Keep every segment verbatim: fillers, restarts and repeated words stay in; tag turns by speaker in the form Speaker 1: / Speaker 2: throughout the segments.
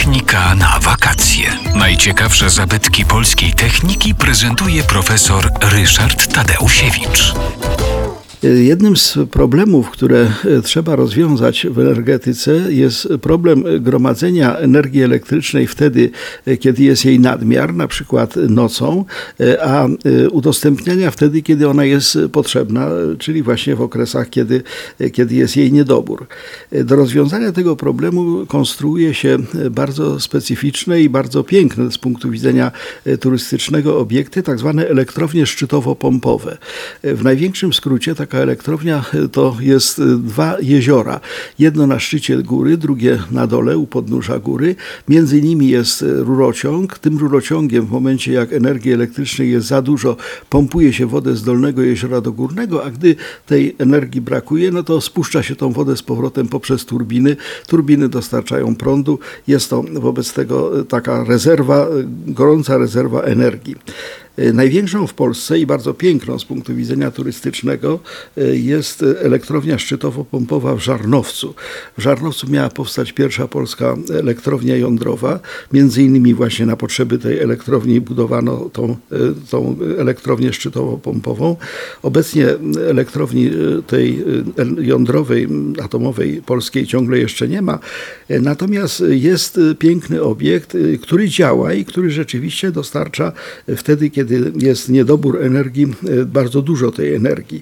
Speaker 1: Technika na wakacje. Najciekawsze zabytki polskiej techniki prezentuje profesor Ryszard Tadeusiewicz.
Speaker 2: Jednym z problemów, które trzeba rozwiązać w energetyce, jest problem gromadzenia energii elektrycznej wtedy, kiedy jest jej nadmiar, na przykład nocą, a udostępniania wtedy, kiedy ona jest potrzebna, czyli właśnie w okresach, kiedy, kiedy jest jej niedobór. Do rozwiązania tego problemu konstruuje się bardzo specyficzne i bardzo piękne z punktu widzenia turystycznego obiekty, tak zwane elektrownie szczytowo-pompowe. W największym skrócie taka elektrownia to jest dwa jeziora. Jedno na szczycie góry, drugie na dole u podnóża góry. Między nimi jest rurociąg. Tym rurociągiem w momencie, jak energii elektrycznej jest za dużo, pompuje się wodę z dolnego jeziora do górnego, a gdy tej energii brakuje, no to spuszcza się tą wodę z powrotem poprzez turbiny. Turbiny dostarczają prądu. Jest to wobec tego taka rezerwa, gorąca rezerwa energii. Największą w Polsce i bardzo piękną z punktu widzenia turystycznego jest elektrownia szczytowo-pompowa w Żarnowcu. W Żarnowcu miała powstać pierwsza polska elektrownia jądrowa. Między innymi właśnie na potrzeby tej elektrowni budowano tą, tą elektrownię szczytowo-pompową. Obecnie elektrowni tej jądrowej, atomowej polskiej ciągle jeszcze nie ma. Natomiast jest piękny obiekt, który działa i który rzeczywiście dostarcza wtedy, kiedy kiedy jest niedobór energii, bardzo dużo tej energii.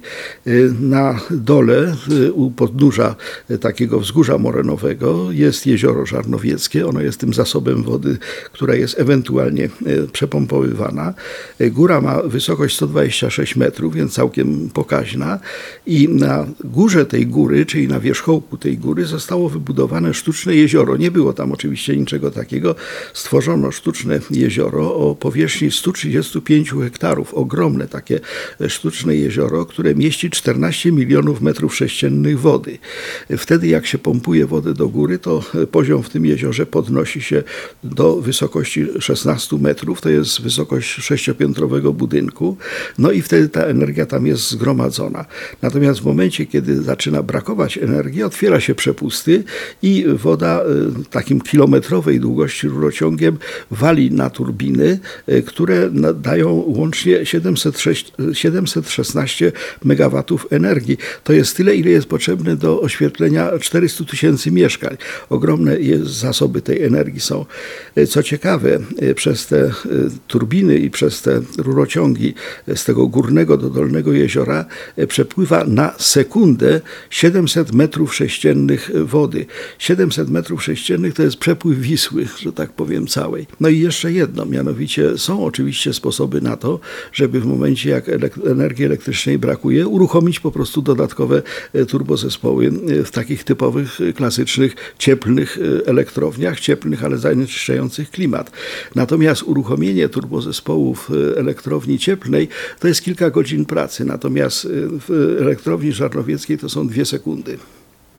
Speaker 2: Na dole, u podnóża takiego wzgórza morenowego jest jezioro Żarnowieckie. Ono jest tym zasobem wody, która jest ewentualnie przepompowywana. Góra ma wysokość sto dwadzieścia sześć metrów, więc całkiem pokaźna. I na górze tej góry, czyli na wierzchołku tej góry, zostało wybudowane sztuczne jezioro. Nie było tam oczywiście niczego takiego. Stworzono sztuczne jezioro o powierzchni stu trzydziestu pięciu hektarów. Ogromne takie sztuczne jezioro, które mieści czternaście milionów metrów sześciennych wody. Wtedy jak się pompuje wodę do góry, to poziom w tym jeziorze podnosi się do wysokości szesnastu metrów. To jest wysokość sześciopiętrowego budynku. No i wtedy ta energia tam jest zgromadzona. Natomiast w momencie, kiedy zaczyna brakować energii, otwiera się przepusty i woda takim kilometrowej długości rurociągiem wali na turbiny, które dają łącznie siedemset szesnaście megawatów energii. To jest tyle, ile jest potrzebne do oświetlenia czterystu tysięcy mieszkań. Ogromne zasoby tej energii są. Co ciekawe, przez te turbiny i przez te rurociągi z tego górnego do dolnego jeziora przepływa na sekundę siedemset metrów sześciennych wody. siedemset metrów sześciennych to jest przepływ Wisły, że tak powiem, całej. No i jeszcze jedno, mianowicie są oczywiście sposoby na to, żeby w momencie, jak energii elektrycznej brakuje, uruchomić po prostu dodatkowe turbozespoły w takich typowych, klasycznych, cieplnych elektrowniach, cieplnych, ale zanieczyszczających klimat. Natomiast uruchomienie turbozespołów elektrowni cieplnej to jest kilka godzin pracy, natomiast w elektrowni żarnowieckiej to są dwie sekundy.